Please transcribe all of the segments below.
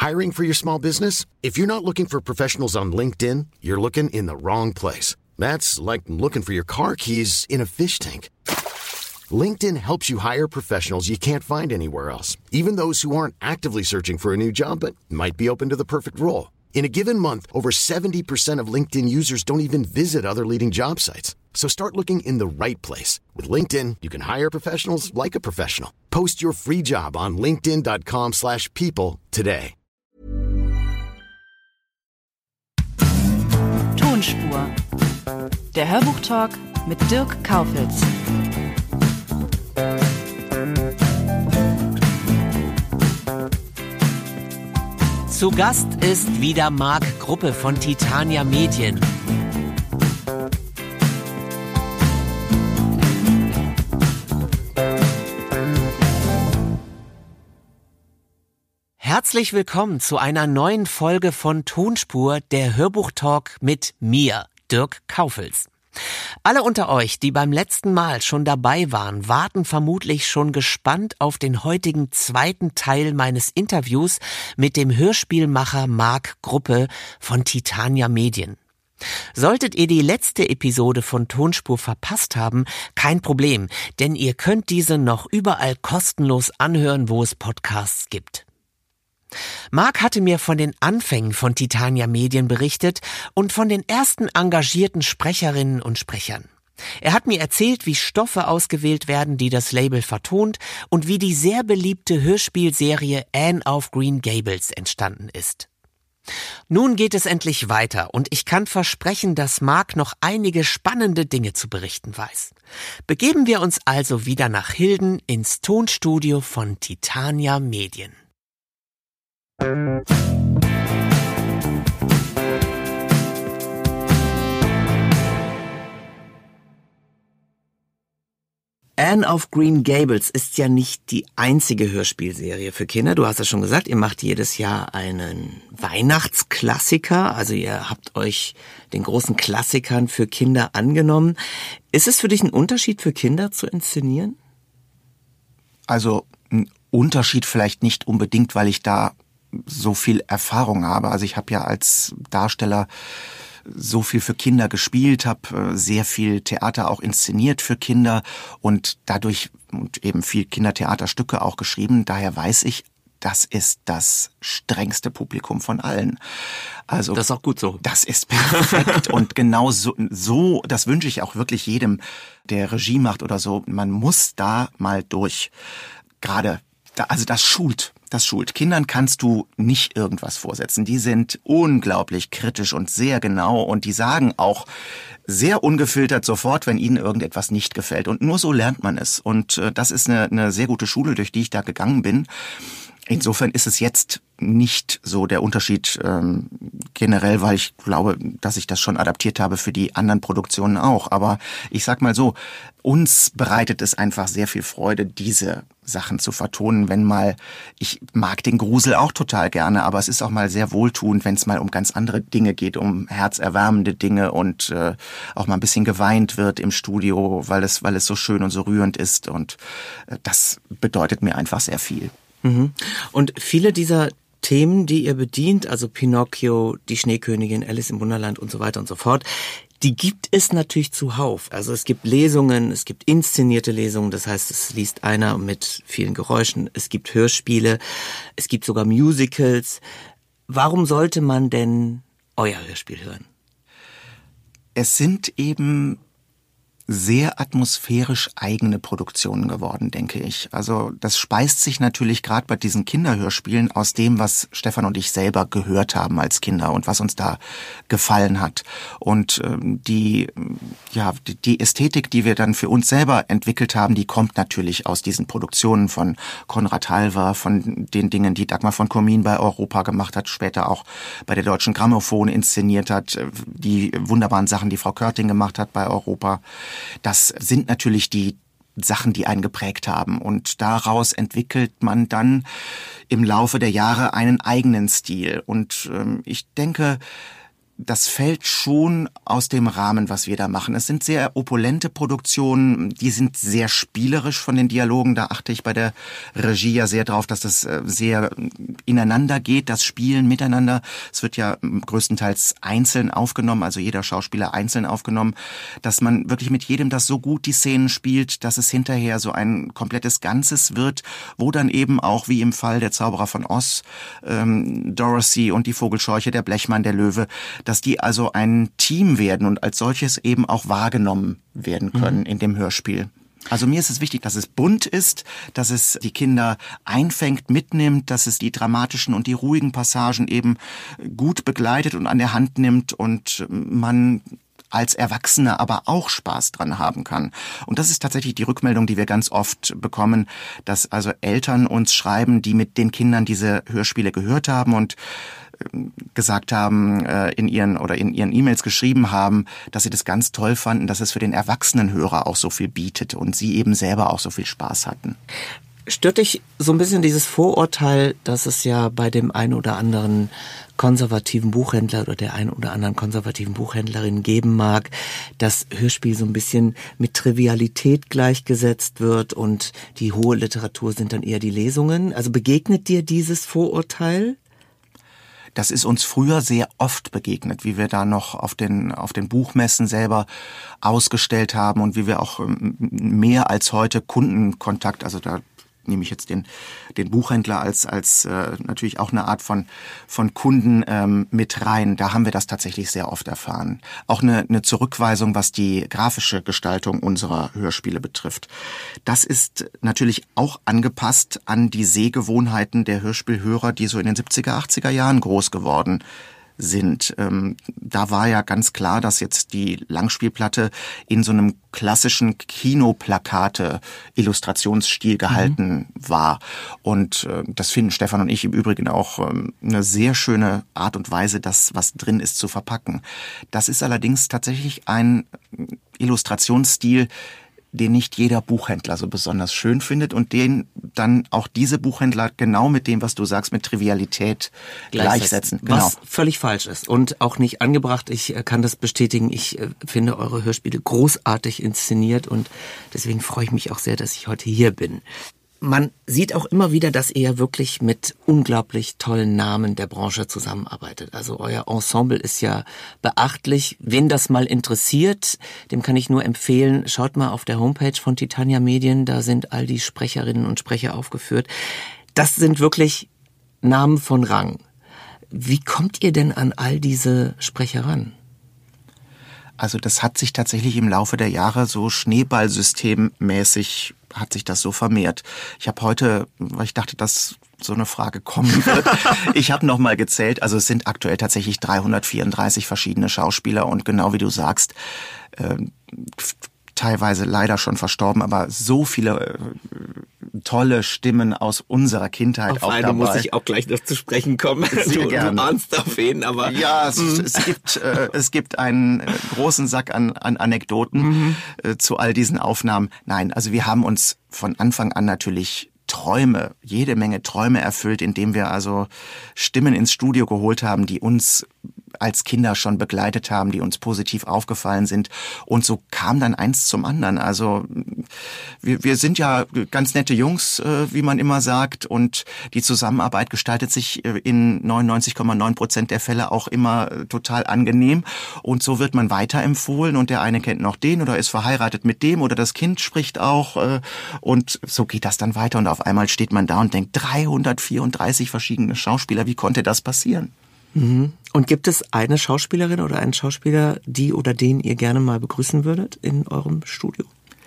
Hiring for your small business? If you're not looking for professionals on LinkedIn, you're looking in the wrong place. That's like looking for your car keys in a fish tank. LinkedIn helps you hire professionals you can't find anywhere else, even those who aren't actively searching for a new job but might be open to the perfect role. In a given month, over 70% of LinkedIn users don't even visit other leading job sites. So start looking in the right place. With LinkedIn, you can hire professionals like a professional. Post your free job on linkedin.com/people today. Tonspur. Der Hörbuchtalk mit Dirk Kaufitz. Zu Gast ist wieder Marc Gruppe von Titania Medien. Herzlich willkommen zu einer neuen Folge von Tonspur, der Hörbuchtalk mit mir, Dirk Kaufitz. Alle unter euch, die beim letzten Mal schon dabei waren, warten vermutlich schon gespannt auf den heutigen zweiten Teil meines Interviews mit dem Hörspielmacher Marc Gruppe von Titania Medien. Solltet ihr die letzte Episode von Tonspur verpasst haben, kein Problem, denn ihr könnt diese noch überall kostenlos anhören, wo es Podcasts gibt. Marc hatte mir von den Anfängen von Titania Medien berichtet und von den ersten engagierten Sprecherinnen und Sprechern. Er hat mir erzählt, wie Stoffe ausgewählt werden, die das Label vertont, und wie die sehr beliebte Hörspielserie Anne of Green Gables entstanden ist. Nun geht es endlich weiter und ich kann versprechen, dass Marc noch einige spannende Dinge zu berichten weiß. Begeben wir uns also wieder nach Hilden ins Tonstudio von Titania Medien. Anne of Green Gables ist ja nicht die einzige Hörspielserie für Kinder. Du hast ja schon gesagt, ihr macht jedes Jahr einen Weihnachtsklassiker. Also ihr habt euch den großen Klassikern für Kinder angenommen. Ist es für dich ein Unterschied für Kinder zu inszenieren? Also ein Unterschied vielleicht nicht unbedingt, weil ich da so viel Erfahrung habe. Also ich habe ja als Darsteller so viel für Kinder gespielt, habe sehr viel Theater auch inszeniert für Kinder und dadurch und eben viel Kindertheaterstücke auch geschrieben. Daher weiß ich, das ist das strengste Publikum von allen. Also das ist auch gut so. Das ist perfekt und genau so, das wünsche ich auch wirklich jedem, der Regie macht oder so. Man muss da mal durch. Also das schult. Kindern kannst du nicht irgendwas vorsetzen. Die sind unglaublich kritisch und sehr genau und die sagen auch sehr ungefiltert sofort, wenn ihnen irgendetwas nicht gefällt. Und nur so lernt man es. Und das ist eine sehr gute Schule, durch die ich da gegangen bin. Insofern ist es jetzt nicht so der Unterschied generell, weil ich glaube, dass ich das schon adaptiert habe für die anderen Produktionen auch. Aber ich sag mal so, uns bereitet es einfach sehr viel Freude, diese Sachen zu vertonen, ich mag den Grusel auch total gerne, aber es ist auch mal sehr wohltuend, wenn es mal um ganz andere Dinge geht, um herzerwärmende Dinge und auch mal ein bisschen geweint wird im Studio, weil es so schön und so rührend ist und das bedeutet mir einfach sehr viel. Und viele dieser Themen, die ihr bedient, also Pinocchio, die Schneekönigin, Alice im Wunderland und so weiter und so fort, die gibt es natürlich zuhauf. Also es gibt Lesungen, es gibt inszenierte Lesungen, das heißt, es liest einer mit vielen Geräuschen, es gibt Hörspiele, es gibt sogar Musicals. Warum sollte man denn euer Hörspiel hören? Es sind eben sehr atmosphärisch eigene Produktionen geworden, denke ich. Also das speist sich natürlich gerade bei diesen Kinderhörspielen aus dem, was Stefan und ich selber gehört haben als Kinder und was uns da gefallen hat. Und die Ästhetik, die wir dann für uns selber entwickelt haben, die kommt natürlich aus diesen Produktionen von Konrad Halver, von den Dingen, die Dagmar von Commin bei Europa gemacht hat, später auch bei der Deutschen Grammophon inszeniert hat, die wunderbaren Sachen, die Frau Körting gemacht hat bei Europa. Das sind natürlich die Sachen, die einen geprägt haben. Und daraus entwickelt man dann im Laufe der Jahre einen eigenen Stil. Und ich denke, das fällt schon aus dem Rahmen, was wir da machen. Es sind sehr opulente Produktionen, die sind sehr spielerisch von den Dialogen. Da achte ich bei der Regie ja sehr drauf, dass das sehr ineinander geht, das Spielen miteinander. Es wird ja größtenteils einzeln aufgenommen, also jeder Schauspieler einzeln aufgenommen, dass man wirklich mit jedem das so gut die Szenen spielt, dass es hinterher so ein komplettes Ganzes wird, wo dann eben auch, wie im Fall der Zauberer von Oz, Dorothy und die Vogelscheuche, der Blechmann, der Löwe, dass die also ein Team werden und als solches eben auch wahrgenommen werden können in dem Hörspiel. Also mir ist es wichtig, dass es bunt ist, dass es die Kinder einfängt, mitnimmt, dass es die dramatischen und die ruhigen Passagen eben gut begleitet und an der Hand nimmt und man als Erwachsener aber auch Spaß dran haben kann. Und das ist tatsächlich die Rückmeldung, die wir ganz oft bekommen, dass also Eltern uns schreiben, die mit den Kindern diese Hörspiele gehört haben und gesagt haben, in ihren E-Mails geschrieben haben, dass sie das ganz toll fanden, dass es für den Erwachsenenhörer auch so viel bietet und sie eben selber auch so viel Spaß hatten. Stört dich so ein bisschen dieses Vorurteil, dass es ja bei dem einen oder anderen konservativen Buchhändler oder der einen oder anderen konservativen Buchhändlerin geben mag, dass Hörspiel so ein bisschen mit Trivialität gleichgesetzt wird und die hohe Literatur sind dann eher die Lesungen? Also begegnet dir dieses Vorurteil? Das ist uns früher sehr oft begegnet, wie wir da noch auf den Buchmessen selber ausgestellt haben und wie wir auch mehr als heute Kundenkontakt, also da nehme ich jetzt den Buchhändler als natürlich auch eine Art von Kunden mit rein. Da haben wir das tatsächlich sehr oft erfahren. Auch eine Zurückweisung, was die grafische Gestaltung unserer Hörspiele betrifft. Das ist natürlich auch angepasst an die Sehgewohnheiten der Hörspielhörer, die so in den 70er, 80er Jahren groß geworden sind. Da war ja ganz klar, dass jetzt die Langspielplatte in so einem klassischen Kinoplakate-Illustrationsstil gehalten war. Und das finden Stefan und ich im Übrigen auch eine sehr schöne Art und Weise, das, was drin ist, zu verpacken. Das ist allerdings tatsächlich ein Illustrationsstil, den nicht jeder Buchhändler so besonders schön findet und den dann auch diese Buchhändler genau mit dem, was du sagst, mit Trivialität gleichsetzen. Genau. Was völlig falsch ist und auch nicht angebracht. Ich kann das bestätigen. Ich finde eure Hörspiele großartig inszeniert und deswegen freue ich mich auch sehr, dass ich heute hier bin. Man sieht auch immer wieder, dass ihr wirklich mit unglaublich tollen Namen der Branche zusammenarbeitet. Also euer Ensemble ist ja beachtlich. Wen das mal interessiert, dem kann ich nur empfehlen, schaut mal auf der Homepage von Titania Medien, da sind all die Sprecherinnen und Sprecher aufgeführt. Das sind wirklich Namen von Rang. Wie kommt ihr denn an all diese Sprecher ran? Also das hat sich tatsächlich im Laufe der Jahre so schneeballsystemmäßig hat sich das so vermehrt. Ich habe heute, weil ich dachte, dass so eine Frage kommen wird, ich habe nochmal gezählt, also es sind aktuell tatsächlich 334 verschiedene Schauspieler und genau wie du sagst, teilweise leider schon verstorben, aber so viele tolle Stimmen aus unserer Kindheit auf auch eine dabei. Muss ich auch gleich noch zu sprechen kommen. Sehr gerne. Du ahnst auf wen, aber... Ja, es gibt einen großen Sack an Anekdoten zu all diesen Aufnahmen. Nein, also wir haben uns von Anfang an natürlich jede Menge Träume erfüllt, indem wir also Stimmen ins Studio geholt haben, die uns als Kinder schon begleitet haben, die uns positiv aufgefallen sind. Und so kam dann eins zum anderen. Also wir sind ja ganz nette Jungs, wie man immer sagt. Und die Zusammenarbeit gestaltet sich in 99,9% der Fälle auch immer total angenehm. Und so wird man weiterempfohlen und der eine kennt noch den oder ist verheiratet mit dem oder das Kind spricht auch. Und so geht das dann weiter. Und auf einmal steht man da und denkt, 334 verschiedene Schauspieler, wie konnte das passieren? Und gibt es eine Schauspielerin oder einen Schauspieler, die oder den ihr gerne mal begrüßen würdet in eurem Studio?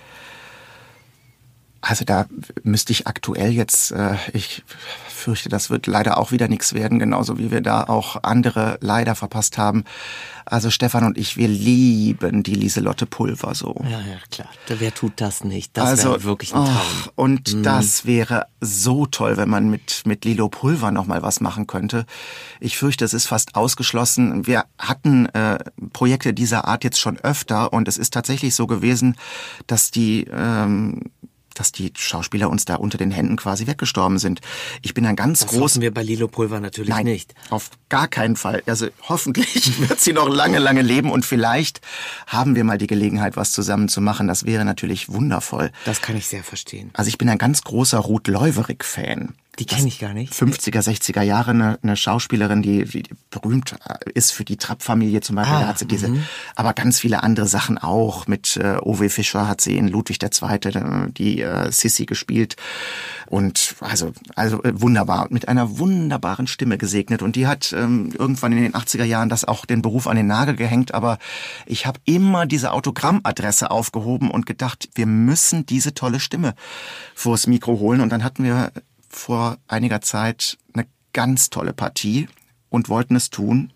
Also da müsste ich aktuell jetzt, ich fürchte, das wird leider auch wieder nichts werden, genauso wie wir da auch andere leider verpasst haben. Also Stefan und ich, wir lieben die Lieselotte Pulver so. Ja, klar. Wer tut das nicht? Das wäre wirklich ein Traum. Und das wäre so toll, wenn man mit Lilo Pulver nochmal was machen könnte. Ich fürchte, es ist fast ausgeschlossen. Wir hatten Projekte dieser Art jetzt schon öfter und es ist tatsächlich so gewesen, dass die dass die Schauspieler uns da unter den Händen quasi weggestorben sind. Ich bin ein ganz Das groß... hoffen wir bei Lilo Pulver natürlich Nein, nicht. Auf gar keinen Fall. Also hoffentlich wird sie noch lange, lange leben und vielleicht haben wir mal die Gelegenheit, was zusammen zu machen. Das wäre natürlich wundervoll. Das kann ich sehr verstehen. Also ich bin ein ganz großer Ruth Leuwerig-Fan. Die kenne ich gar nicht. 50er, 60er Jahre eine Schauspielerin, die berühmt ist für die Trapp-Familie zum Beispiel. Da hat sie aber ganz viele andere Sachen auch. Mit Owe Fischer hat sie in Ludwig II. Die Sissi gespielt. Und also wunderbar, mit einer wunderbaren Stimme gesegnet. Und die hat irgendwann in den 80er Jahren das auch den Beruf an den Nagel gehängt. Aber ich habe immer diese Autogrammadresse aufgehoben und gedacht, wir müssen diese tolle Stimme vors Mikro holen. Und dann hatten wir vor einiger Zeit eine ganz tolle Partie und wollten es tun.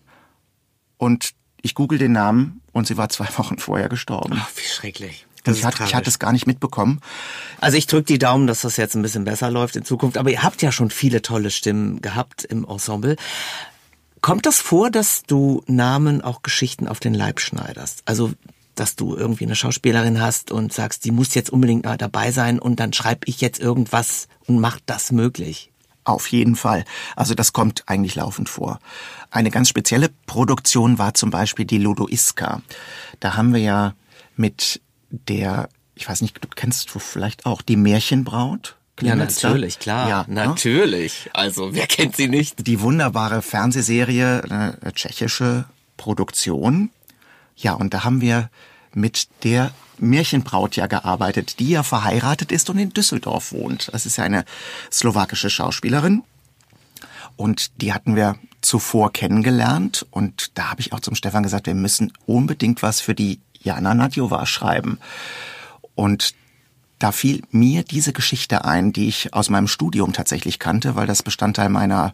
Und ich google den Namen und sie war 2 Wochen vorher gestorben. Ach, wie schrecklich. Ich hatte es gar nicht mitbekommen. Also ich drücke die Daumen, dass das jetzt ein bisschen besser läuft in Zukunft. Aber ihr habt ja schon viele tolle Stimmen gehabt im Ensemble. Kommt das vor, dass du Namen auch Geschichten auf den Leib schneiderst? Also dass du irgendwie eine Schauspielerin hast und sagst, die muss jetzt unbedingt dabei sein und dann schreibe ich jetzt irgendwas und mach das möglich. Auf jeden Fall. Also das kommt eigentlich laufend vor. Eine ganz spezielle Produktion war zum Beispiel die Lodoiska. Da haben wir ja mit der, ich weiß nicht, du kennst du vielleicht auch, die Märchenbraut? Ja, natürlich, klar. Ja, natürlich. Ne? Also, wer kennt sie nicht? Die wunderbare Fernsehserie, eine tschechische Produktion. Ja, und da haben wir mit der Märchenbraut ja gearbeitet, die ja verheiratet ist und in Düsseldorf wohnt. Das ist ja eine slowakische Schauspielerin. Und die hatten wir zuvor kennengelernt. Und da habe ich auch zum Stefan gesagt, wir müssen unbedingt was für die Jana Nadjová schreiben. Und da fiel mir diese Geschichte ein, die ich aus meinem Studium tatsächlich kannte, weil das Bestandteil meiner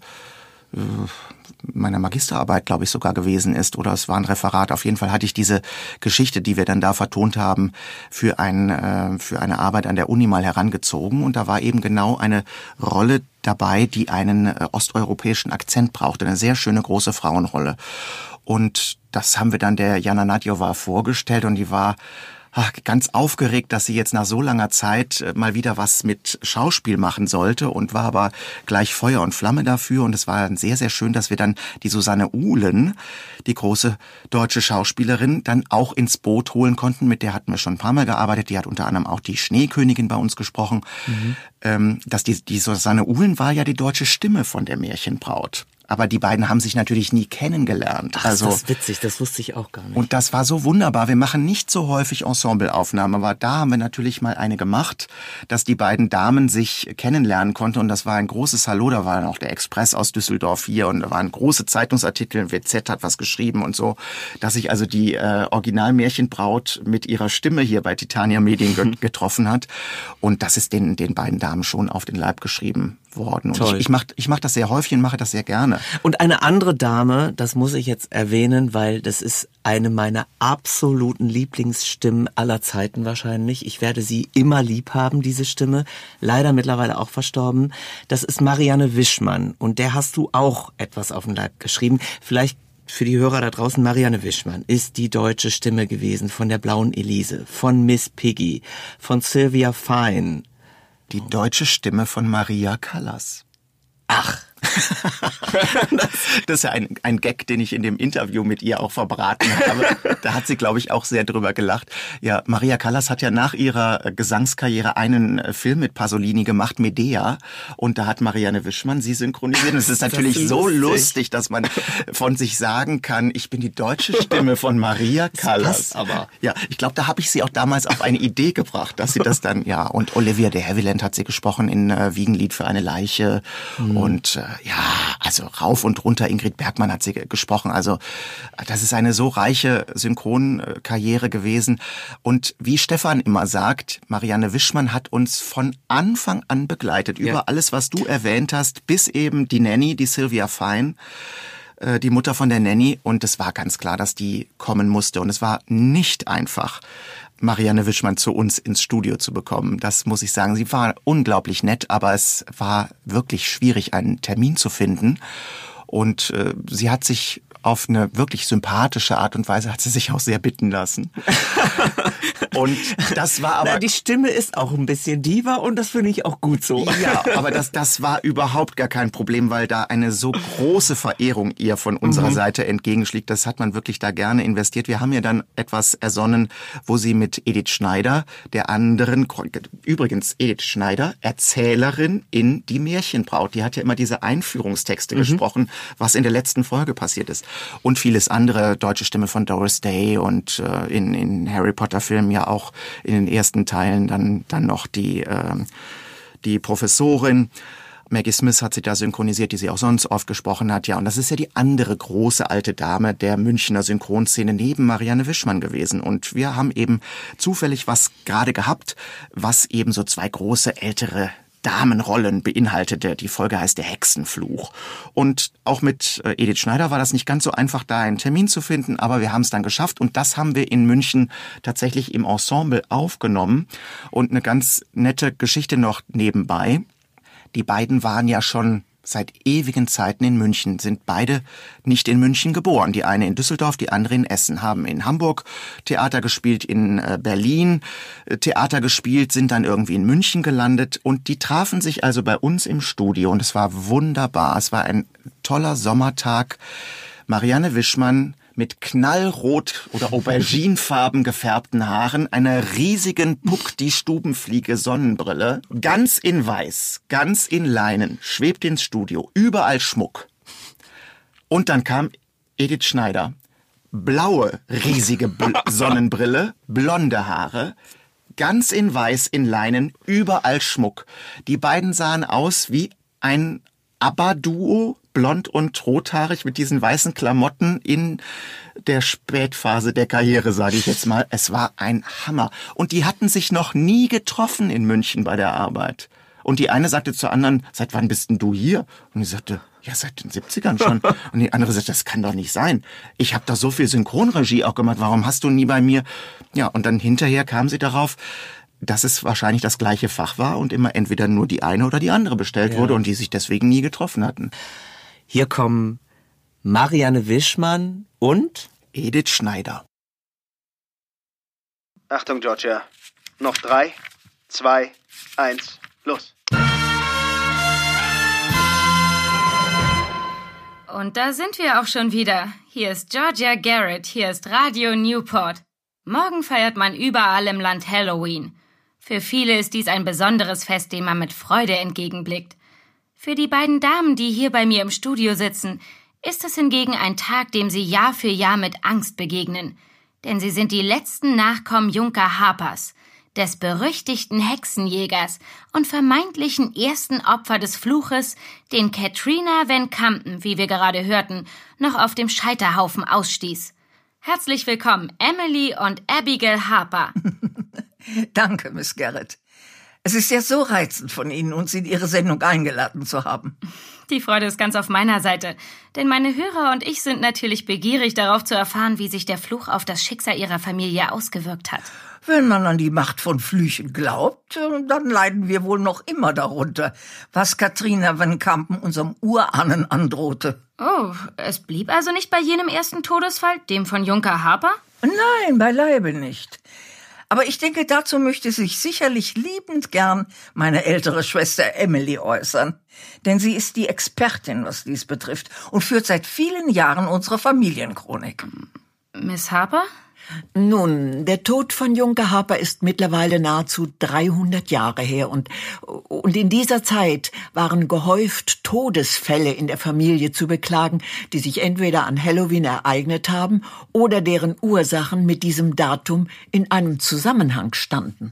Magisterarbeit, glaube ich, sogar gewesen ist. Oder es war ein Referat. Auf jeden Fall hatte ich diese Geschichte, die wir dann da vertont haben, für eine Arbeit an der Uni mal herangezogen. Und da war eben genau eine Rolle dabei, die einen osteuropäischen Akzent brauchte. Eine sehr schöne große Frauenrolle. Und das haben wir dann der Jana Nadjová vorgestellt und die war ganz aufgeregt, dass sie jetzt nach so langer Zeit mal wieder was mit Schauspiel machen sollte und war aber gleich Feuer und Flamme dafür. Und es war sehr, sehr schön, dass wir dann die Susanne Uhlen, die große deutsche Schauspielerin, dann auch ins Boot holen konnten. Mit der hatten wir schon ein paar Mal gearbeitet. Die hat unter anderem auch die Schneekönigin bei uns gesprochen. Dass die Susanne Uhlen war ja die deutsche Stimme von der Märchenbraut. Aber die beiden haben sich natürlich nie kennengelernt. Ach, also, das ist witzig, das wusste ich auch gar nicht. Und das war so wunderbar. Wir machen nicht so häufig Ensembleaufnahmen, aber da haben wir natürlich mal eine gemacht, dass die beiden Damen sich kennenlernen konnten. Und das war ein großes Hallo. Da war noch der Express aus Düsseldorf hier und da waren große Zeitungsartikel. WZ hat was geschrieben und so, dass sich also die Original-Märchenbraut mit ihrer Stimme hier bei Titania Medien getroffen hat. Und das ist den beiden Damen schon auf den Leib geschrieben worden. Und ich mach das sehr häufig und mache das sehr gerne. Und eine andere Dame, das muss ich jetzt erwähnen, weil das ist eine meiner absoluten Lieblingsstimmen aller Zeiten wahrscheinlich. Ich werde sie immer lieb haben, diese Stimme. Leider mittlerweile auch verstorben. Das ist Marianne Wischmann. Und der hast du auch etwas auf den Leib geschrieben. Vielleicht für die Hörer da draußen, Marianne Wischmann ist die deutsche Stimme gewesen von der Blauen Elise, von Miss Piggy, von Sylvia Fine. Die deutsche Stimme von Maria Callas. Ach. Das ist ja ein Gag, den ich in dem Interview mit ihr auch verbraten habe. Da hat sie, glaube ich, auch sehr drüber gelacht. Ja, Maria Callas hat ja nach ihrer Gesangskarriere einen Film mit Pasolini gemacht, Medea. Und da hat Marianne Wischmann sie synchronisiert. Und es ist natürlich so lustig, dass man von sich sagen kann, ich bin die deutsche Stimme von Maria Callas. Aber ja, ich glaube, da habe ich sie auch damals auf eine Idee gebracht, dass sie das dann, ja. Und Olivia de Havilland hat sie gesprochen in Wiegenlied für eine Leiche. Und ja, also rauf und runter, Ingrid Bergmann hat sie gesprochen. Also das ist eine so reiche Synchronkarriere gewesen. Und wie Stefan immer sagt, Marianne Wischmann hat uns von Anfang an begleitet. Über alles, was du erwähnt hast, bis eben die Nanny, die Sylvia Fine, die Mutter von der Nanny. Und es war ganz klar, dass die kommen musste. Und es war nicht einfach, Marianne Wischmann zu uns ins Studio zu bekommen. Das muss ich sagen. Sie war unglaublich nett, aber es war wirklich schwierig, einen Termin zu finden. Und sie hat sich auf eine wirklich sympathische Art und Weise hat sie sich auch sehr bitten lassen. Und das war aber... Die Stimme ist auch ein bisschen Diva und das finde ich auch gut so. Ja, aber das war überhaupt gar kein Problem, weil da eine so große Verehrung ihr von unserer Seite entgegenschlägt. Das hat man wirklich da gerne investiert. Wir haben ja dann etwas ersonnen, wo sie mit Edith Schneider, der anderen, übrigens Edith Schneider, Erzählerin in Die Märchenbraut. Die hat ja immer diese Einführungstexte gesprochen, was in der letzten Folge passiert ist. Und vieles andere, deutsche Stimme von Doris Day und in Harry Potter Filmen ja auch in den ersten Teilen dann noch die Professorin. Maggie Smith hat sie da synchronisiert, die sie auch sonst oft gesprochen hat. Ja, und das ist ja die andere große alte Dame der Münchner Synchronszene neben Marianne Wischmann gewesen. Und wir haben eben zufällig was gerade gehabt, was eben so zwei große ältere Damenrollen beinhaltete. Die Folge heißt Der Hexenfluch. Und auch mit Edith Schneider war das nicht ganz so einfach, da einen Termin zu finden, aber wir haben es dann geschafft und das haben wir in München tatsächlich im Ensemble aufgenommen. Und eine ganz nette Geschichte noch nebenbei. Die beiden waren ja schon seit ewigen Zeiten in München, sind beide nicht in München geboren. Die eine in Düsseldorf, die andere in Essen, haben in Hamburg Theater gespielt, in Berlin Theater gespielt, sind dann irgendwie in München gelandet und die trafen sich also bei uns im Studio und es war wunderbar. Es war ein toller Sommertag. Marianne Wischmann mit knallrot oder auberginefarben gefärbten Haaren, einer riesigen Puck-die-Stubenfliege Sonnenbrille, ganz in weiß, ganz in Leinen, schwebt ins Studio, überall Schmuck. Und dann kam Edith Schneider, blaue, riesige Sonnenbrille, blonde Haare, ganz in weiß, in Leinen, überall Schmuck. Die beiden sahen aus wie ein ABBA-Duo, blond und rothaarig mit diesen weißen Klamotten in der Spätphase der Karriere, sage ich jetzt mal. Es war ein Hammer. Und die hatten sich noch nie getroffen in München bei der Arbeit. Und die eine sagte zur anderen, seit wann bist denn du hier? Und die sagte, ja, seit den 70ern schon. Und die andere sagte, das kann doch nicht sein. Ich habe doch so viel Synchronregie auch gemacht. Warum hast du nie bei mir? Ja, und dann hinterher kam sie darauf, dass es wahrscheinlich das gleiche Fach war und immer entweder nur die eine oder die andere bestellt wurde und die sich deswegen nie getroffen hatten. Hier kommen Marianne Wischmann und Edith Schneider. Achtung, Georgia. Noch 3, 2, 1, los. Und da sind wir auch schon wieder. Hier ist Georgia Garrett, hier ist Radio Newport. Morgen feiert man überall im Land Halloween. Für viele ist dies ein besonderes Fest, dem man mit Freude entgegenblickt. Für die beiden Damen, die hier bei mir im Studio sitzen, ist es hingegen ein Tag, dem sie Jahr für Jahr mit Angst begegnen. Denn sie sind die letzten Nachkommen Junker Harpers, des berüchtigten Hexenjägers und vermeintlichen ersten Opfer des Fluches, den Katrina Van Campen, wie wir gerade hörten, noch auf dem Scheiterhaufen ausstieß. Herzlich willkommen, Emily und Abigail Harper. Danke, Miss Garrett. Es ist ja so reizend von Ihnen, uns in Ihre Sendung eingeladen zu haben. Die Freude ist ganz auf meiner Seite, denn meine Hörer und ich sind natürlich begierig darauf zu erfahren, wie sich der Fluch auf das Schicksal ihrer Familie ausgewirkt hat. Wenn man an die Macht von Flüchen glaubt, dann leiden wir wohl noch immer darunter, was Katrina Van Campen unserem Urahnen androhte. Oh, es blieb also nicht bei jenem ersten Todesfall, dem von Junker Harper? Nein, beileibe nicht. Aber ich denke, dazu möchte sich sicherlich liebend gern meine ältere Schwester Emily äußern. Denn sie ist die Expertin, was dies betrifft, und führt seit vielen Jahren unsere Familienchronik. Miss Harper? Nun, der Tod von Junker Harper ist mittlerweile nahezu 300 Jahre her und in dieser Zeit waren gehäuft Todesfälle in der Familie zu beklagen, die sich entweder an Halloween ereignet haben oder deren Ursachen mit diesem Datum in einem Zusammenhang standen.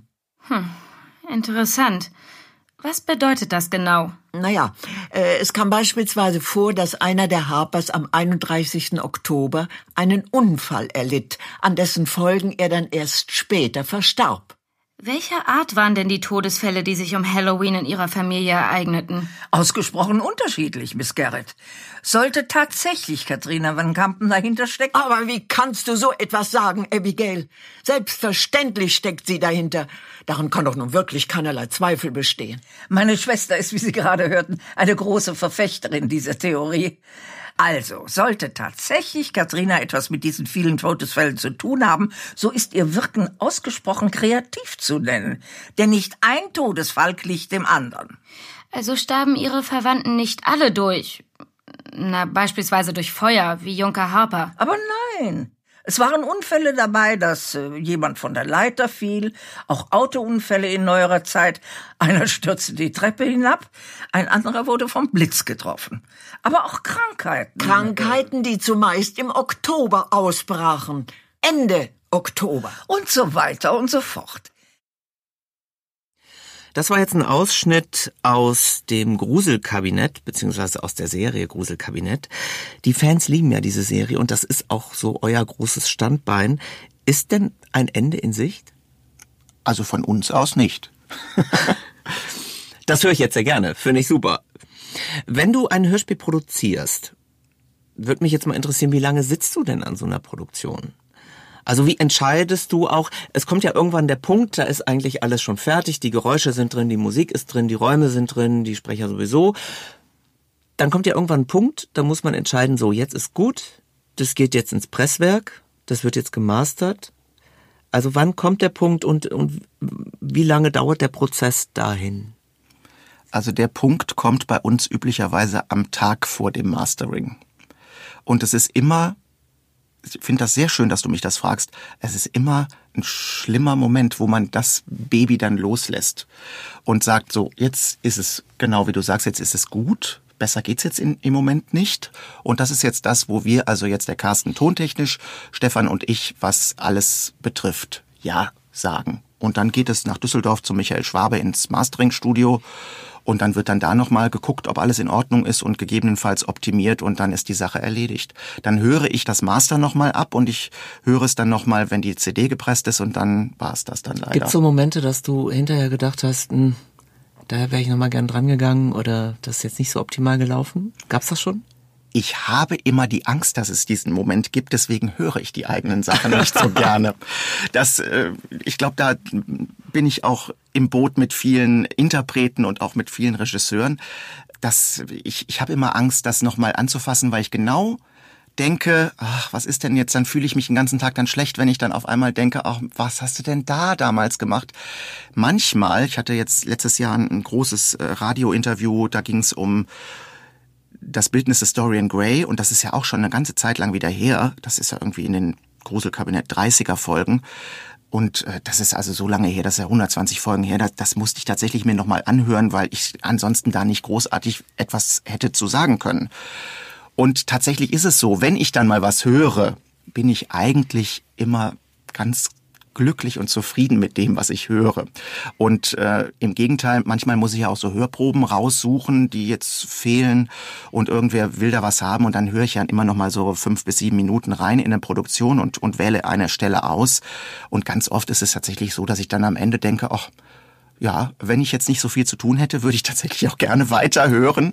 Interessant. Was bedeutet das genau? Naja, es kam beispielsweise vor, dass einer der Harpers am 31. Oktober einen Unfall erlitt, an dessen Folgen er dann erst später verstarb. Welcher Art waren denn die Todesfälle, die sich um Halloween in Ihrer Familie ereigneten? Ausgesprochen unterschiedlich, Miss Garrett. Sollte tatsächlich Katrina Van Campen dahinter stecken? Aber wie kannst du so etwas sagen, Abigail? Selbstverständlich steckt sie dahinter. Daran kann doch nun wirklich keinerlei Zweifel bestehen. Meine Schwester ist, wie Sie gerade hörten, eine große Verfechterin dieser Theorie. Also, sollte tatsächlich Katrina etwas mit diesen vielen Todesfällen zu tun haben, so ist ihr Wirken ausgesprochen kreativ zu nennen. Denn nicht ein Todesfall glich dem anderen. Also starben ihre Verwandten nicht alle durch? Na, beispielsweise durch Feuer, wie Junker Harper. Aber nein. Es waren Unfälle dabei, dass jemand von der Leiter fiel, auch Autounfälle in neuerer Zeit. Einer stürzte die Treppe hinab, ein anderer wurde vom Blitz getroffen. Aber auch Krankheiten. Krankheiten, die zumeist im Oktober ausbrachen. Ende Oktober. Und so weiter und so fort. Das war jetzt ein Ausschnitt aus dem Gruselkabinett, beziehungsweise aus der Serie Gruselkabinett. Die Fans lieben ja diese Serie und das ist auch so euer großes Standbein. Ist denn ein Ende in Sicht? Also von uns aus nicht. Das höre ich jetzt sehr gerne, finde ich super. Wenn du ein Hörspiel produzierst, würde mich jetzt mal interessieren, wie lange sitzt du denn an so einer Produktion? Also wie entscheidest du auch, es kommt ja irgendwann der Punkt, da ist eigentlich alles schon fertig, die Geräusche sind drin, die Musik ist drin, die Räume sind drin, die Sprecher sowieso. Dann kommt ja irgendwann ein Punkt, da muss man entscheiden, so jetzt ist gut, das geht jetzt ins Presswerk, das wird jetzt gemastert. Also wann kommt der Punkt und wie lange dauert der Prozess dahin? Also der Punkt kommt bei uns üblicherweise am Tag vor dem Mastering. Und es ist immer, ich finde das sehr schön, dass du mich das fragst, es ist immer ein schlimmer Moment, wo man das Baby dann loslässt und sagt so, jetzt ist es, genau wie du sagst, jetzt ist es gut, besser geht's jetzt im Moment nicht. Und das ist jetzt das, wo wir, also jetzt der Carsten tontechnisch, Stefan und ich, was alles betrifft, ja sagen. Und dann geht es nach Düsseldorf zu Michael Schwabe ins Mastering-Studio. Und dann wird dann da nochmal geguckt, ob alles in Ordnung ist und gegebenenfalls optimiert und dann ist die Sache erledigt. Dann höre ich das Master nochmal ab und ich höre es dann nochmal, wenn die CD gepresst ist und dann war es das dann leider. Gibt es so Momente, dass du hinterher gedacht hast, da wäre ich nochmal gern dran gegangen oder das ist jetzt nicht so optimal gelaufen? Gab's das schon? Ich habe immer die Angst, dass es diesen Moment gibt, deswegen höre ich die eigenen Sachen nicht so gerne. Ich glaube, da bin ich auch im Boot mit vielen Interpreten und auch mit vielen Regisseuren. Ich habe immer Angst, das nochmal anzufassen, weil ich genau denke, ach, was ist denn jetzt? Dann fühle ich mich den ganzen Tag dann schlecht, wenn ich dann auf einmal denke, ach, was hast du denn da damals gemacht? Manchmal, ich hatte jetzt letztes Jahr ein großes Radiointerview, da ging es um das Bildnis des Dorian Gray und das ist ja auch schon eine ganze Zeit lang wieder her. Das ist ja irgendwie in den Gruselkabinett 30er Folgen. Und das ist also so lange her, das ist ja 120 Folgen her. Das musste ich tatsächlich mir nochmal anhören, weil ich ansonsten da nicht großartig etwas hätte zu sagen können. Und tatsächlich ist es so, wenn ich dann mal was höre, bin ich eigentlich immer ganz glücklich und zufrieden mit dem, was ich höre. Und im Gegenteil, manchmal muss ich ja auch so Hörproben raussuchen, die jetzt fehlen und irgendwer will da was haben und dann höre ich ja immer noch mal so 5 bis 7 Minuten rein in eine Produktion und wähle eine Stelle aus. Und ganz oft ist es tatsächlich so, dass ich dann am Ende denke, ach, ja, wenn ich jetzt nicht so viel zu tun hätte, würde ich tatsächlich auch gerne weiter hören.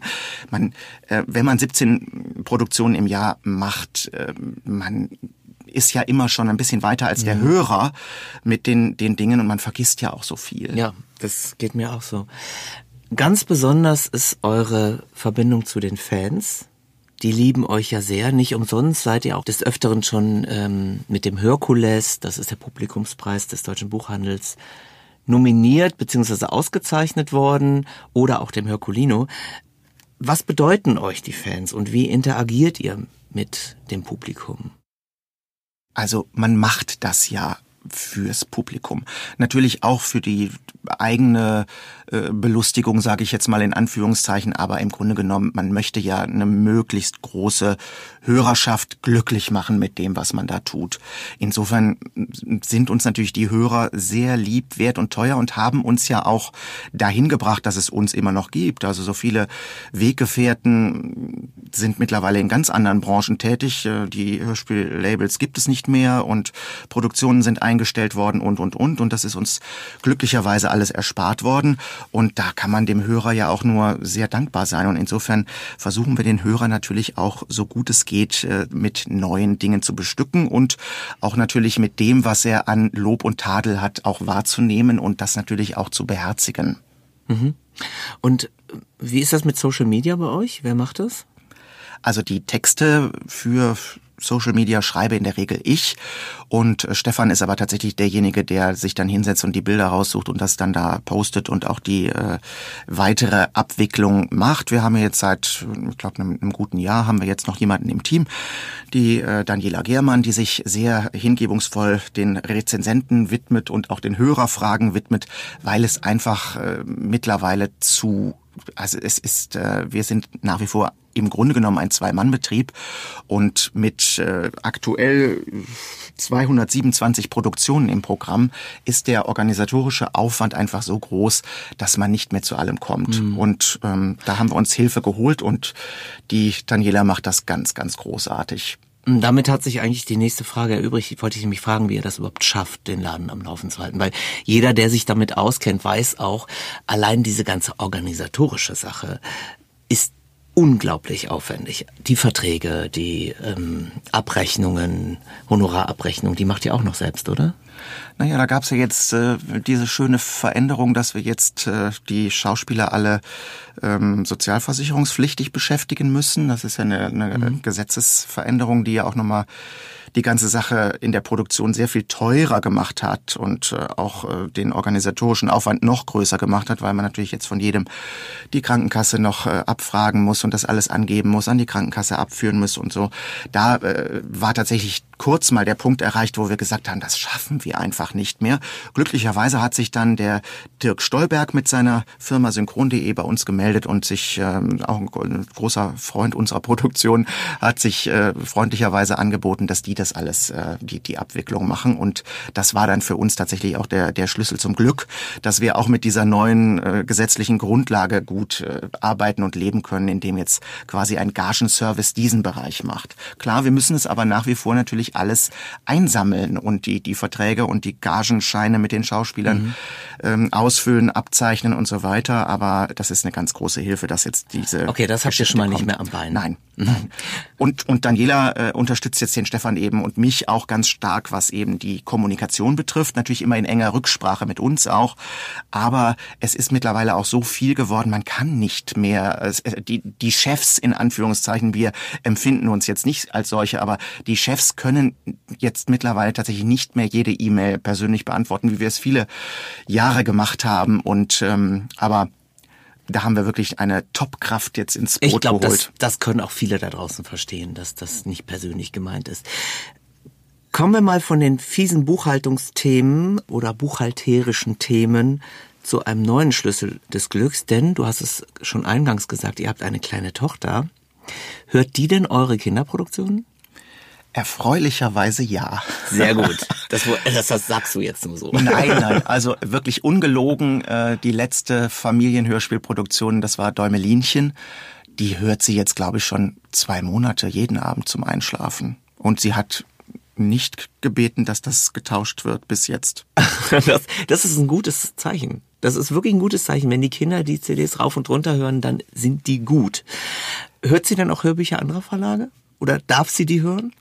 Wenn man 17 Produktionen im Jahr macht, man ist ja immer schon ein bisschen weiter als der Hörer mit den Dingen und man vergisst ja auch so viel. Ja, das geht mir auch so. Ganz besonders ist eure Verbindung zu den Fans. Die lieben euch ja sehr. Nicht umsonst seid ihr auch des Öfteren schon mit dem Hörkules, das ist der Publikumspreis des Deutschen Buchhandels, nominiert bzw. ausgezeichnet worden oder auch dem Hörkulino. Was bedeuten euch die Fans und wie interagiert ihr mit dem Publikum? Also man macht das ja fürs Publikum. Natürlich auch für die eigene Belustigung, sage ich jetzt mal in Anführungszeichen, aber im Grunde genommen, man möchte ja eine möglichst große Hörerschaft glücklich machen mit dem, was man da tut. Insofern sind uns natürlich die Hörer sehr lieb, wert und teuer und haben uns ja auch dahin gebracht, dass es uns immer noch gibt. Also so viele Weggefährten sind mittlerweile in ganz anderen Branchen tätig. Die Hörspiellabels gibt es nicht mehr und Produktionen sind eingestellt worden und das ist uns glücklicherweise alles erspart worden. Und da kann man dem Hörer ja auch nur sehr dankbar sein. Und insofern versuchen wir den Hörer natürlich auch, so gut es geht, mit neuen Dingen zu bestücken und auch natürlich mit dem, was er an Lob und Tadel hat, auch wahrzunehmen und das natürlich auch zu beherzigen. Mhm. Und wie ist das mit Social Media bei euch? Wer macht das? Also die Texte für Social Media schreibe in der Regel ich und Stefan ist aber tatsächlich derjenige, der sich dann hinsetzt und die Bilder raussucht und das dann da postet und auch die weitere Abwicklung macht. Wir haben jetzt seit, ich glaube, einem guten Jahr haben wir jetzt noch jemanden im Team, die Daniela Gehrmann, die sich sehr hingebungsvoll den Rezensenten widmet und auch den Hörerfragen widmet, weil es einfach mittlerweile wir sind nach wie vor im Grunde genommen ein Zwei-Mann-Betrieb und mit aktuell 227 Produktionen im Programm ist der organisatorische Aufwand einfach so groß, dass man nicht mehr zu allem kommt. Und da haben wir uns Hilfe geholt und die Daniela macht das ganz, ganz großartig. Damit hat sich eigentlich die nächste Frage erübrigt. Wollte ich nämlich fragen, wie er das überhaupt schafft, den Laden am Laufen zu halten. Weil jeder, der sich damit auskennt, weiß auch, allein diese ganze organisatorische Sache ist unglaublich aufwendig. Die Verträge, die Abrechnungen, Honorarabrechnung, die macht ihr auch noch selbst, oder? Naja, da gab's ja jetzt diese schöne Veränderung, dass wir jetzt die Schauspieler alle sozialversicherungspflichtig beschäftigen müssen. Das ist ja eine Gesetzesveränderung, die ja auch nochmal die ganze Sache in der Produktion sehr viel teurer gemacht hat und auch den organisatorischen Aufwand noch größer gemacht hat, weil man natürlich jetzt von jedem die Krankenkasse noch abfragen muss und das alles angeben muss, an die Krankenkasse abführen muss und so. Da war tatsächlich kurz mal der Punkt erreicht, wo wir gesagt haben, das schaffen wir einfach nicht mehr. Glücklicherweise hat sich dann der Dirk Stolberg mit seiner Firma Synchron.de bei uns gemeldet und sich auch ein großer Freund unserer Produktion hat sich freundlicherweise angeboten, dass die das alles, die Abwicklung machen. Und das war dann für uns tatsächlich auch der Schlüssel zum Glück, dass wir auch mit dieser neuen gesetzlichen Grundlage gut arbeiten und leben können, indem jetzt quasi ein Gagenservice diesen Bereich macht. Klar, wir müssen es aber nach wie vor natürlich alles einsammeln und die Verträge und die Gagenscheine mit den Schauspielern ausfüllen, abzeichnen und so weiter. Aber das ist eine ganz große Hilfe, dass jetzt diese Okay, das habt ihr schon mal nicht mehr am Bein. Nein. Und Daniela unterstützt jetzt den Stefan eben und mich auch ganz stark, was eben die Kommunikation betrifft. Natürlich immer in enger Rücksprache mit uns auch. Aber es ist mittlerweile auch so viel geworden, man kann nicht mehr, die Chefs in Anführungszeichen, wir empfinden uns jetzt nicht als solche, aber die Chefs können jetzt mittlerweile tatsächlich nicht mehr jede E-Mail persönlich beantworten, wie wir es viele Jahre gemacht haben. Und aber da haben wir wirklich eine Top-Kraft jetzt ins Boot geholt. Ich glaube, das können auch viele da draußen verstehen, dass das nicht persönlich gemeint ist. Kommen wir mal von den fiesen Buchhaltungsthemen oder buchhalterischen Themen zu einem neuen Schlüssel des Glücks, denn du hast es schon eingangs gesagt, ihr habt eine kleine Tochter. Hört die denn eure Kinderproduktionen? Erfreulicherweise ja. Sehr gut. Das sagst du jetzt nur so. Nein. Also wirklich ungelogen. Die letzte Familienhörspielproduktion, das war Däumelinchen. Die hört sie jetzt, glaube ich, schon 2 Monate jeden Abend zum Einschlafen. Und sie hat nicht gebeten, dass das getauscht wird bis jetzt. Das ist ein gutes Zeichen. Das ist wirklich ein gutes Zeichen. Wenn die Kinder die CDs rauf und runter hören, dann sind die gut. Hört sie dann auch Hörbücher anderer Verlage? Oder darf sie die hören?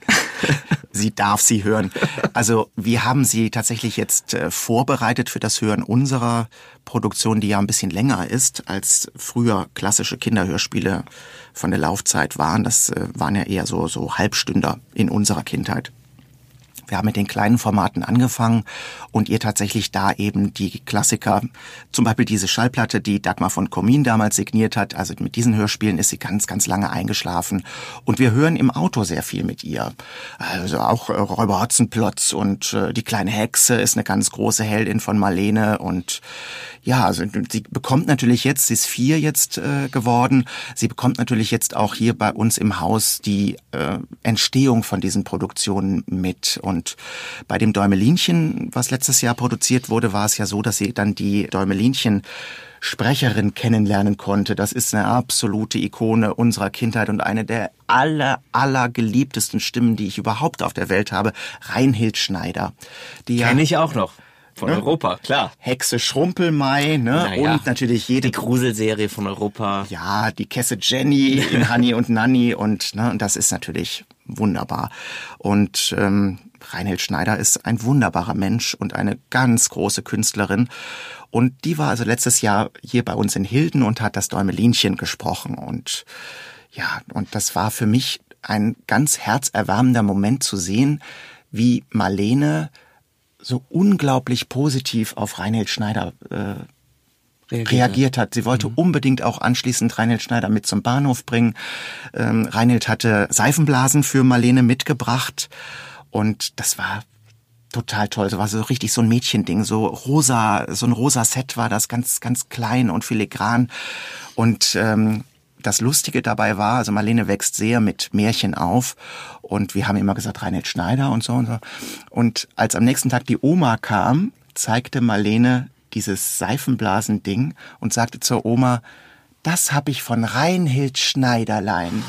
Sie darf sie hören. Also wir haben sie tatsächlich jetzt vorbereitet für das Hören unserer Produktion, die ja ein bisschen länger ist, als früher klassische Kinderhörspiele von der Laufzeit waren. Das waren ja eher so Halbstünder in unserer Kindheit. Wir haben mit den kleinen Formaten angefangen und ihr tatsächlich da eben die Klassiker, zum Beispiel diese Schallplatte, die Dagmar von Komin damals signiert hat, also mit diesen Hörspielen ist sie ganz, ganz lange eingeschlafen. Und wir hören im Auto sehr viel mit ihr. Also auch Räuber Hotzenplotz und die kleine Hexe ist eine ganz große Heldin von Marlene. Und ja, also sie bekommt natürlich jetzt, sie ist 4 jetzt geworden, sie bekommt natürlich jetzt auch hier bei uns im Haus die Entstehung von diesen Produktionen mit. Und bei dem Däumelinchen, was letztes Jahr produziert wurde, war es ja so, dass sie dann die Däumelinchen-Sprecherin kennenlernen konnte. Das ist eine absolute Ikone unserer Kindheit und eine der aller geliebtesten Stimmen, die ich überhaupt auf der Welt habe, Reinhild Schneider. Kenn ich auch noch. Von Europa, klar. Hexe Schrumpelmai, ne? Naja. Und natürlich die Gruselserie von Europa. Ja, die Kesse Jenny in Hanni und Nanni und das ist natürlich wunderbar. Und Reinhild Schneider ist ein wunderbarer Mensch und eine ganz große Künstlerin. Und die war also letztes Jahr hier bei uns in Hilden und hat das Däumelinchen gesprochen. Und Ja, und das war für mich ein ganz herzerwärmender Moment zu sehen, wie Marlene so unglaublich positiv auf Reinhild Schneider reagiert hat. Sie wollte unbedingt auch anschließend Reinhild Schneider mit zum Bahnhof bringen. Reinhild hatte Seifenblasen für Marlene mitgebracht und das war total toll. Das war so richtig so ein Mädchending, so ein rosa Set war das, ganz, ganz klein und filigran. Und das Lustige dabei war, also Marlene wächst sehr mit Märchen auf und wir haben immer gesagt Reinhild Schneider und so und so. Und als am nächsten Tag die Oma kam, zeigte Marlene dieses Seifenblasending und sagte zur Oma, das habe ich von Reinhild Schneiderlein.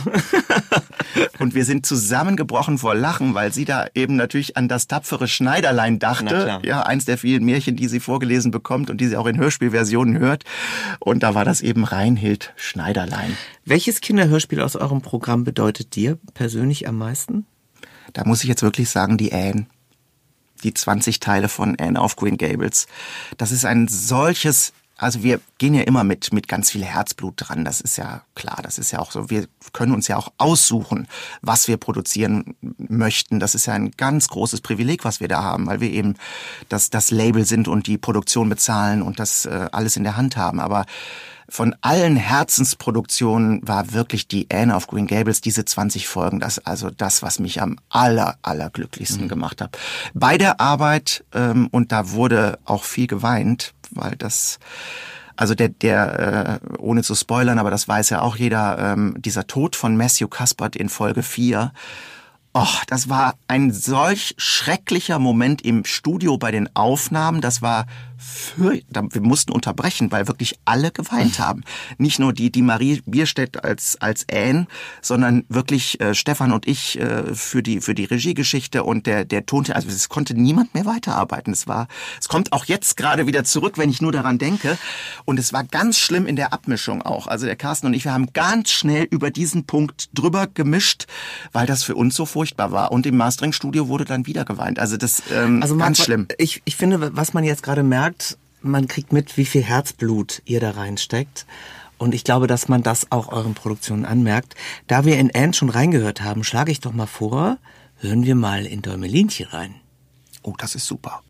Und wir sind zusammengebrochen vor Lachen, weil sie da eben natürlich an das tapfere Schneiderlein dachte. Ja, eins der vielen Märchen, die sie vorgelesen bekommt und die sie auch in Hörspielversionen hört. Und da war das eben Reinhild Schneiderlein. Welches Kinderhörspiel aus eurem Programm bedeutet dir persönlich am meisten? Da muss ich jetzt wirklich sagen, die Anne. Die 20 Teile von Anne auf Green Gables. Das ist ein solches... Also wir gehen ja immer mit ganz viel Herzblut dran, das ist ja klar, das ist ja auch so, wir können uns ja auch aussuchen, was wir produzieren möchten. Das ist ja ein ganz großes Privileg, was wir da haben, weil wir eben das Label sind und die Produktion bezahlen und das alles in der Hand haben. Aber von allen Herzensproduktionen war wirklich die Anne of Green Gables, diese 20 Folgen, das, was mich am allerglücklichsten gemacht hat. Bei der Arbeit, und da wurde auch viel geweint, weil das, also der ohne zu spoilern, aber das weiß ja auch jeder, dieser Tod von Matthew Cuthbert in Folge 4, das war ein solch schrecklicher Moment im Studio bei den Aufnahmen. Das war wir mussten unterbrechen, weil wirklich alle geweint haben. Nicht nur die Marie Bierstedt als Anne, sondern wirklich Stefan und ich für die Regiegeschichte und der Ton. Also es konnte niemand mehr weiterarbeiten. Es kommt auch jetzt gerade wieder zurück, wenn ich nur daran denke. Und es war ganz schlimm in der Abmischung auch. Also der Carsten und ich, wir haben ganz schnell über diesen Punkt drüber gemischt, weil das für uns so furchtbar war. Und im Mastering-Studio wurde dann wieder geweint. Also das ganz schlimm. Ich finde, was man jetzt gerade merkt, man kriegt mit, wie viel Herzblut ihr da reinsteckt. Und ich glaube, dass man das auch euren Produktionen anmerkt. Da wir in Anne schon reingehört haben, schlage ich doch mal vor, hören wir mal in Däumelinchen rein. Oh, das ist super.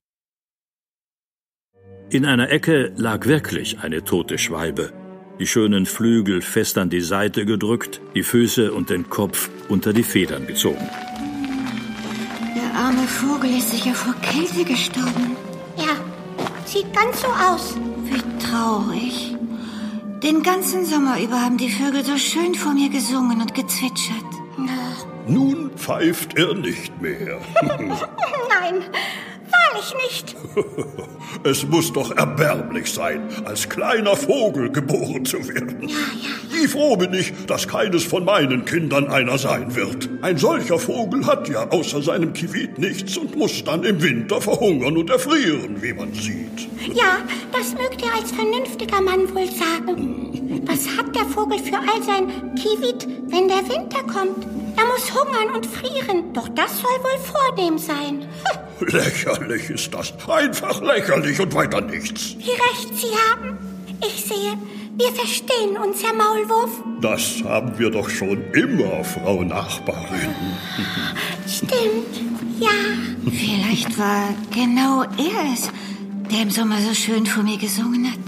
In einer Ecke lag wirklich eine tote Schwalbe. Die schönen Flügel fest an die Seite gedrückt, die Füße und den Kopf unter die Federn gezogen. Der arme Vogel ist sicher vor Kälte gestorben. Ja, sieht ganz so aus. Wie traurig. Den ganzen Sommer über haben die Vögel so schön vor mir gesungen und gezwitschert. Nun pfeift er nicht mehr. Nein, wahrlich nicht. Es muss doch erbärmlich sein, als kleiner Vogel geboren zu werden. Ja. Wie froh bin ich, dass keines von meinen Kindern einer sein wird. Ein solcher Vogel hat ja außer seinem Kivit nichts und muss dann im Winter verhungern und erfrieren, wie man sieht. Ja, das mögt ihr als vernünftiger Mann wohl sagen. Was hat der Vogel für all sein Kivit, wenn der Winter kommt? Er muss hungern und frieren, doch das soll wohl vornehm sein. Lächerlich ist das, einfach lächerlich und weiter nichts. Wie recht Sie haben. Ich sehe, wir verstehen uns, Herr Maulwurf. Das haben wir doch schon immer, Frau Nachbarin. Stimmt, ja. Vielleicht war genau er es, der im Sommer so schön vor mir gesungen hat.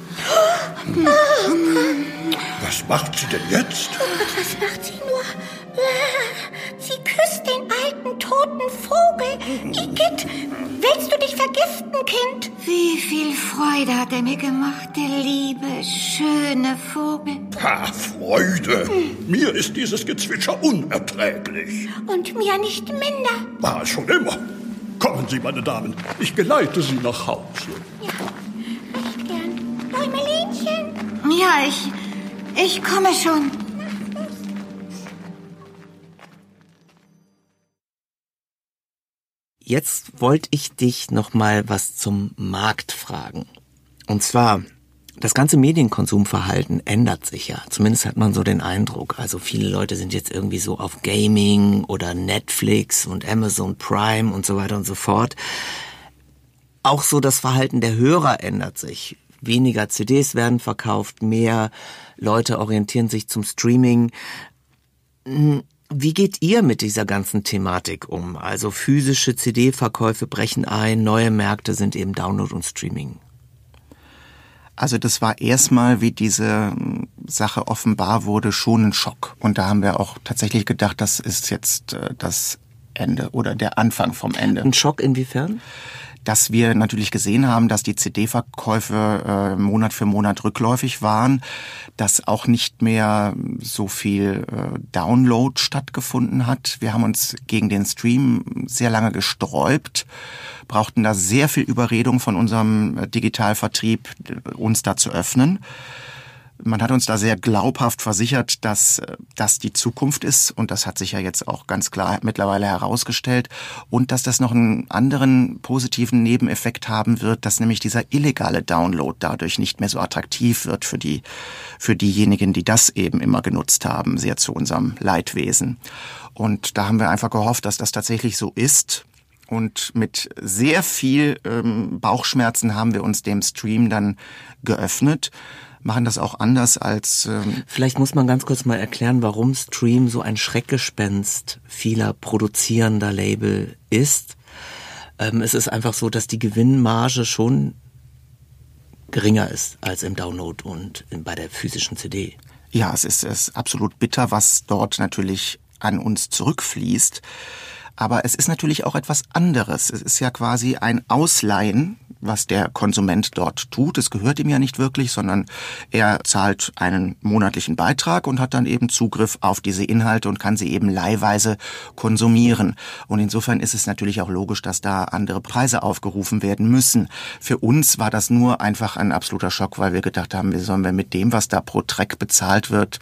Was macht sie denn jetzt? Was macht sie nur? Sie küsst den alten, toten Vogel. Igitt, willst du dich vergiften, Kind? Wie viel Freude hat er mir gemacht, der liebe, schöne Vogel. Freude. Mir ist dieses Gezwitscher unerträglich. Und mir nicht minder. War es schon immer. Kommen Sie, meine Damen, ich geleite Sie nach Hause. Ja, recht gern. Däumelinchen. Ja, ich komme schon. Jetzt wollte ich dich noch mal was zum Markt fragen. Und zwar, das ganze Medienkonsumverhalten ändert sich ja. Zumindest hat man so den Eindruck. Also viele Leute sind jetzt irgendwie so auf Gaming oder Netflix und Amazon Prime und so weiter und so fort. Auch so das Verhalten der Hörer ändert sich. Weniger CDs werden verkauft, mehr Leute orientieren sich zum Streaming. Wie geht ihr mit dieser ganzen Thematik um? Also physische CD-Verkäufe brechen ein, neue Märkte sind eben Download und Streaming. Also das war erstmal, wie diese Sache offenbar wurde, schon ein Schock. Und da haben wir auch tatsächlich gedacht, das ist jetzt das Ende oder der Anfang vom Ende. Ein Schock inwiefern? Dass wir natürlich gesehen haben, dass die CD-Verkäufe Monat für Monat rückläufig waren, dass auch nicht mehr so viel Download stattgefunden hat. Wir haben uns gegen den Stream sehr lange gesträubt, brauchten da sehr viel Überredung von unserem Digitalvertrieb, uns da zu öffnen. Man hat uns da sehr glaubhaft versichert, dass das die Zukunft ist, und das hat sich ja jetzt auch ganz klar mittlerweile herausgestellt, und dass das noch einen anderen positiven Nebeneffekt haben wird, dass nämlich dieser illegale Download dadurch nicht mehr so attraktiv wird für diejenigen, die das eben immer genutzt haben, sehr zu unserem Leidwesen. Und da haben wir einfach gehofft, dass das tatsächlich so ist. Und mit sehr viel Bauchschmerzen haben wir uns dem Stream dann geöffnet. Machen das auch anders als... Vielleicht muss man ganz kurz mal erklären, warum Stream so ein Schreckgespenst vieler produzierender Label ist. Es ist einfach so, dass die Gewinnmarge schon geringer ist als im Download und bei der physischen CD. Ja, es ist absolut bitter, was dort natürlich an uns zurückfließt. Aber es ist natürlich auch etwas anderes. Es ist ja quasi ein Ausleihen, was der Konsument dort tut. Es gehört ihm ja nicht wirklich, sondern er zahlt einen monatlichen Beitrag und hat dann eben Zugriff auf diese Inhalte und kann sie eben leihweise konsumieren. Und insofern ist es natürlich auch logisch, dass da andere Preise aufgerufen werden müssen. Für uns war das nur einfach ein absoluter Schock, weil wir gedacht haben, wie sollen wir mit dem, was da pro Track bezahlt wird,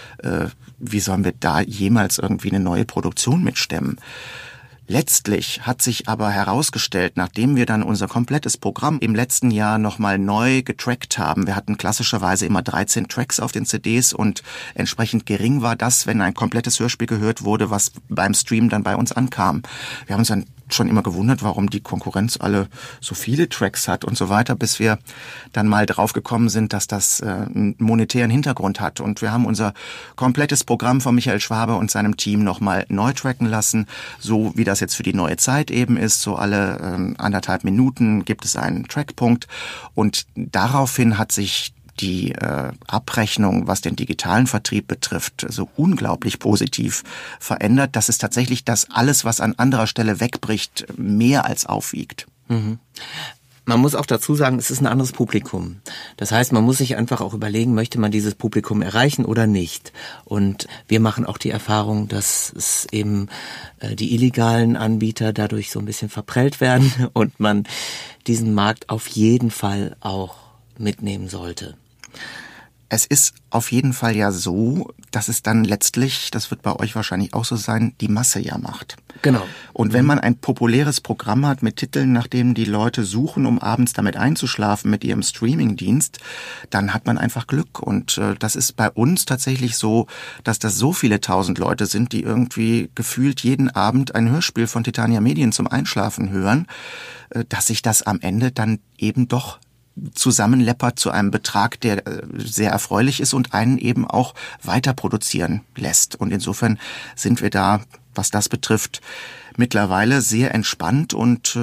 wie sollen wir da jemals irgendwie eine neue Produktion mitstemmen? Letztlich hat sich aber herausgestellt, nachdem wir dann unser komplettes Programm im letzten Jahr nochmal neu getrackt haben, wir hatten klassischerweise immer 13 Tracks auf den CDs und entsprechend gering war das, wenn ein komplettes Hörspiel gehört wurde, was beim Stream dann bei uns ankam. Wir haben uns dann schon immer gewundert, warum die Konkurrenz alle so viele Tracks hat und so weiter, bis wir dann mal drauf gekommen sind, dass das einen monetären Hintergrund hat. Und wir haben unser komplettes Programm von Michael Schwabe und seinem Team nochmal neu tracken lassen, so wie das jetzt für die neue Zeit eben ist. So alle 1,5 Minuten gibt es einen Trackpunkt, und daraufhin hat sich die Abrechnung, was den digitalen Vertrieb betrifft, so unglaublich positiv verändert, dass es tatsächlich das alles, was an anderer Stelle wegbricht, mehr als aufwiegt. Mhm. Man muss auch dazu sagen, es ist ein anderes Publikum. Das heißt, man muss sich einfach auch überlegen, möchte man dieses Publikum erreichen oder nicht. Und wir machen auch die Erfahrung, dass es eben die illegalen Anbieter dadurch so ein bisschen verprellt werden und man diesen Markt auf jeden Fall auch mitnehmen sollte. Es ist auf jeden Fall ja so, dass es dann letztlich, das wird bei euch wahrscheinlich auch so sein, die Masse ja macht. Genau. Und wenn man ein populäres Programm hat mit Titeln, nach denen die Leute suchen, um abends damit einzuschlafen mit ihrem Streamingdienst, dann hat man einfach Glück. Und das ist bei uns tatsächlich so, dass das so viele tausend Leute sind, die irgendwie gefühlt jeden Abend ein Hörspiel von Titania Medien zum Einschlafen hören, dass sich das am Ende dann eben doch zusammenleppert zu einem Betrag, der sehr erfreulich ist und einen eben auch weiter produzieren lässt. Und insofern sind wir da, was das betrifft, mittlerweile sehr entspannt, und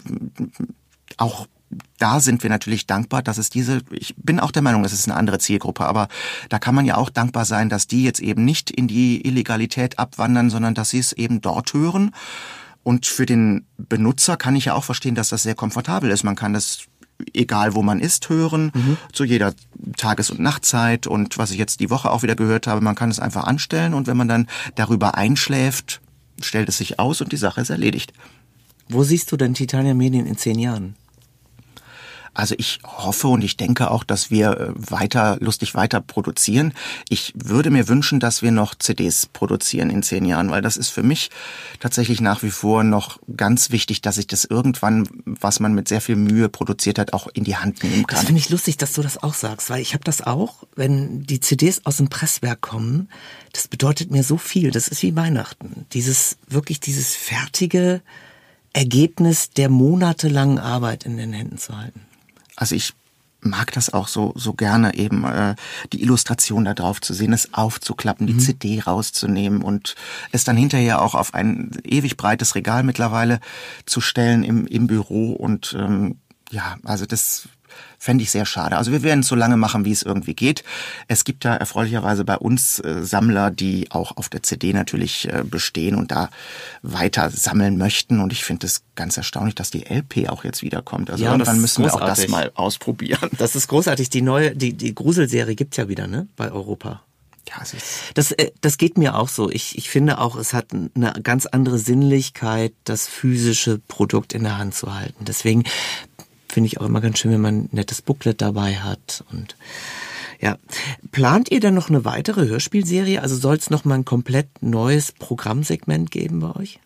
auch da sind wir natürlich dankbar, dass es ich bin auch der Meinung, es ist eine andere Zielgruppe, aber da kann man ja auch dankbar sein, dass die jetzt eben nicht in die Illegalität abwandern, sondern dass sie es eben dort hören. Und für den Benutzer kann ich ja auch verstehen, dass das sehr komfortabel ist. Man kann das egal wo man ist, hören, zu jeder Tages- und Nachtzeit, und was ich jetzt die Woche auch wieder gehört habe, man kann es einfach anstellen, und wenn man dann darüber einschläft, stellt es sich aus und die Sache ist erledigt. Wo siehst du denn Titania Medien in 10 Jahren? Also ich hoffe und ich denke auch, dass wir lustig weiter produzieren. Ich würde mir wünschen, dass wir noch CDs produzieren in 10 Jahren, weil das ist für mich tatsächlich nach wie vor noch ganz wichtig, dass ich das irgendwann, was man mit sehr viel Mühe produziert hat, auch in die Hand nehmen kann. Das finde ich lustig, dass du das auch sagst, weil ich habe das auch, wenn die CDs aus dem Presswerk kommen, das bedeutet mir so viel. Das ist wie Weihnachten. Dieses fertige Ergebnis der monatelangen Arbeit in den Händen zu halten. Also ich mag das auch so gerne eben, die Illustration da drauf zu sehen, es aufzuklappen, die CD rauszunehmen und es dann hinterher auch auf ein ewig breites Regal mittlerweile zu stellen im Büro und also das fände ich sehr schade. Also wir werden es so lange machen, wie es irgendwie geht. Es gibt da erfreulicherweise bei uns Sammler, die auch auf der CD natürlich bestehen und da weiter sammeln möchten. Und ich finde es ganz erstaunlich, dass die LP auch jetzt wiederkommt. Also irgendwann müssen wir auch das mal ausprobieren. Das ist großartig. Die Gruselserie gibt's ja wieder, ne? Bei Europa. Ja, das geht mir auch so. Ich finde auch, es hat eine ganz andere Sinnlichkeit, das physische Produkt in der Hand zu halten. Deswegen finde ich auch immer ganz schön, wenn man ein nettes Booklet dabei hat. Und ja, plant ihr denn noch eine weitere Hörspielserie? Also soll es noch mal ein komplett neues Programmsegment geben bei euch?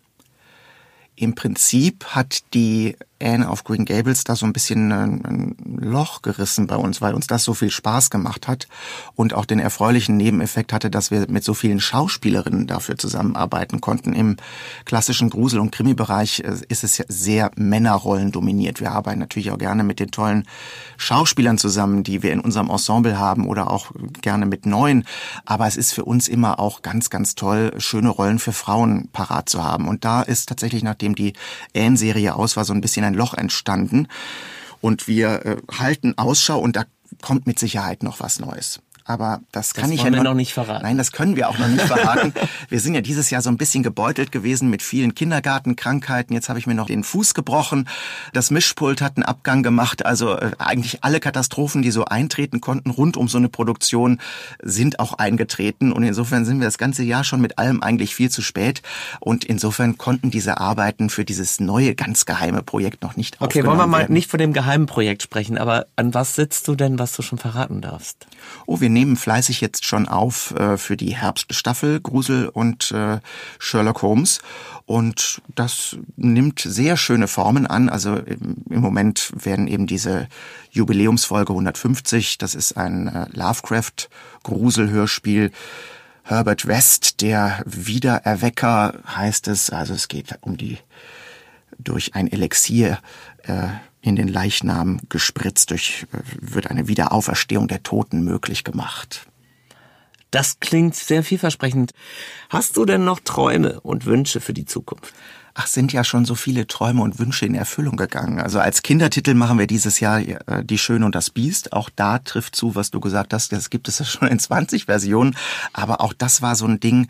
Im Prinzip hat die Anne of Green Gables da so ein bisschen ein Loch gerissen bei uns, weil uns das so viel Spaß gemacht hat und auch den erfreulichen Nebeneffekt hatte, dass wir mit so vielen Schauspielerinnen dafür zusammenarbeiten konnten. Im klassischen Grusel- und Krimi-Bereich ist es ja sehr Männerrollen dominiert. Wir arbeiten natürlich auch gerne mit den tollen Schauspielern zusammen, die wir in unserem Ensemble haben oder auch gerne mit neuen. Aber es ist für uns immer auch ganz, ganz toll, schöne Rollen für Frauen parat zu haben. Und da ist tatsächlich, nachdem die Anne-Serie aus war, so ein bisschen ein Loch entstanden und wir halten Ausschau und da kommt mit Sicherheit noch was Neues. Aber das kann ich ja noch nicht verraten. Nein, das können wir auch noch nicht verraten. Wir sind ja dieses Jahr so ein bisschen gebeutelt gewesen mit vielen Kindergartenkrankheiten. Jetzt habe ich mir noch den Fuß gebrochen. Das Mischpult hat einen Abgang gemacht. Also eigentlich alle Katastrophen, die so eintreten konnten rund um so eine Produktion, sind auch eingetreten. Und insofern sind wir das ganze Jahr schon mit allem eigentlich viel zu spät. Und insofern konnten diese Arbeiten für dieses neue, ganz geheime Projekt noch nicht aufgenommen werden. Okay, wollen wir mal nicht von dem geheimen Projekt sprechen, aber an was sitzt du denn, was du schon verraten darfst? Oh, wir nehmen fleißig jetzt schon auf für die Herbststaffel Grusel und Sherlock Holmes und das nimmt sehr schöne Formen an. Also im Moment werden eben diese Jubiläumsfolge 150, das ist ein Lovecraft-Grusel-Hörspiel. Herbert West, der Wiedererwecker heißt es, also es geht um durch ein Elixier in den Leichnam gespritzt, wird eine Wiederauferstehung der Toten möglich gemacht. Das klingt sehr vielversprechend. Hast du denn noch Träume und Wünsche für die Zukunft? Ach, sind ja schon so viele Träume und Wünsche in Erfüllung gegangen. Also als Kindertitel machen wir dieses Jahr Die Schöne und das Biest. Auch da trifft zu, was du gesagt hast, das gibt es ja schon in 20 Versionen. Aber auch das war so ein Ding,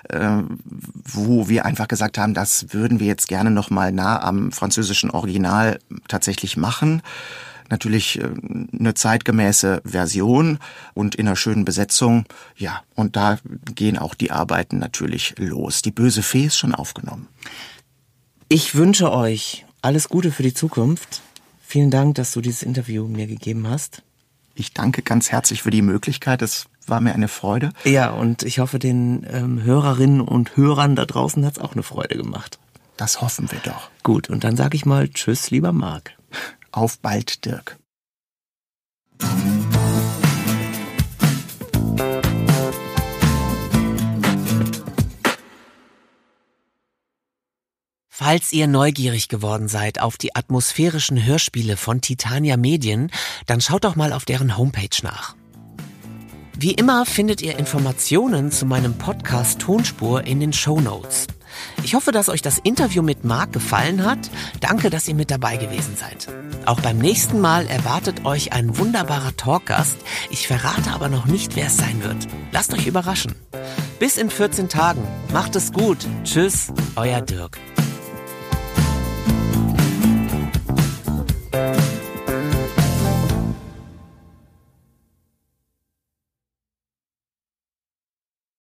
wo wir einfach gesagt haben, das würden wir jetzt gerne noch mal nah am französischen Original tatsächlich machen. Natürlich eine zeitgemäße Version und in einer schönen Besetzung. Ja, und da gehen auch die Arbeiten natürlich los. Die böse Fee ist schon aufgenommen. Ich wünsche euch alles Gute für die Zukunft. Vielen Dank, dass du dieses Interview mir gegeben hast. Ich danke ganz herzlich für die Möglichkeit. Es war mir eine Freude. Ja, und ich hoffe, den Hörerinnen und Hörern da draußen hat's auch eine Freude gemacht. Das hoffen wir doch. Gut, und dann sage ich mal Tschüss, lieber Marc. Auf bald, Dirk. Falls ihr neugierig geworden seid auf die atmosphärischen Hörspiele von Titania Medien, dann schaut doch mal auf deren Homepage nach. Wie immer findet ihr Informationen zu meinem Podcast Tonspur in den Shownotes. Ich hoffe, dass euch das Interview mit Marc gefallen hat. Danke, dass ihr mit dabei gewesen seid. Auch beim nächsten Mal erwartet euch ein wunderbarer Talkgast. Ich verrate aber noch nicht, wer es sein wird. Lasst euch überraschen. Bis in 14 Tagen. Macht es gut. Tschüss, euer Dirk.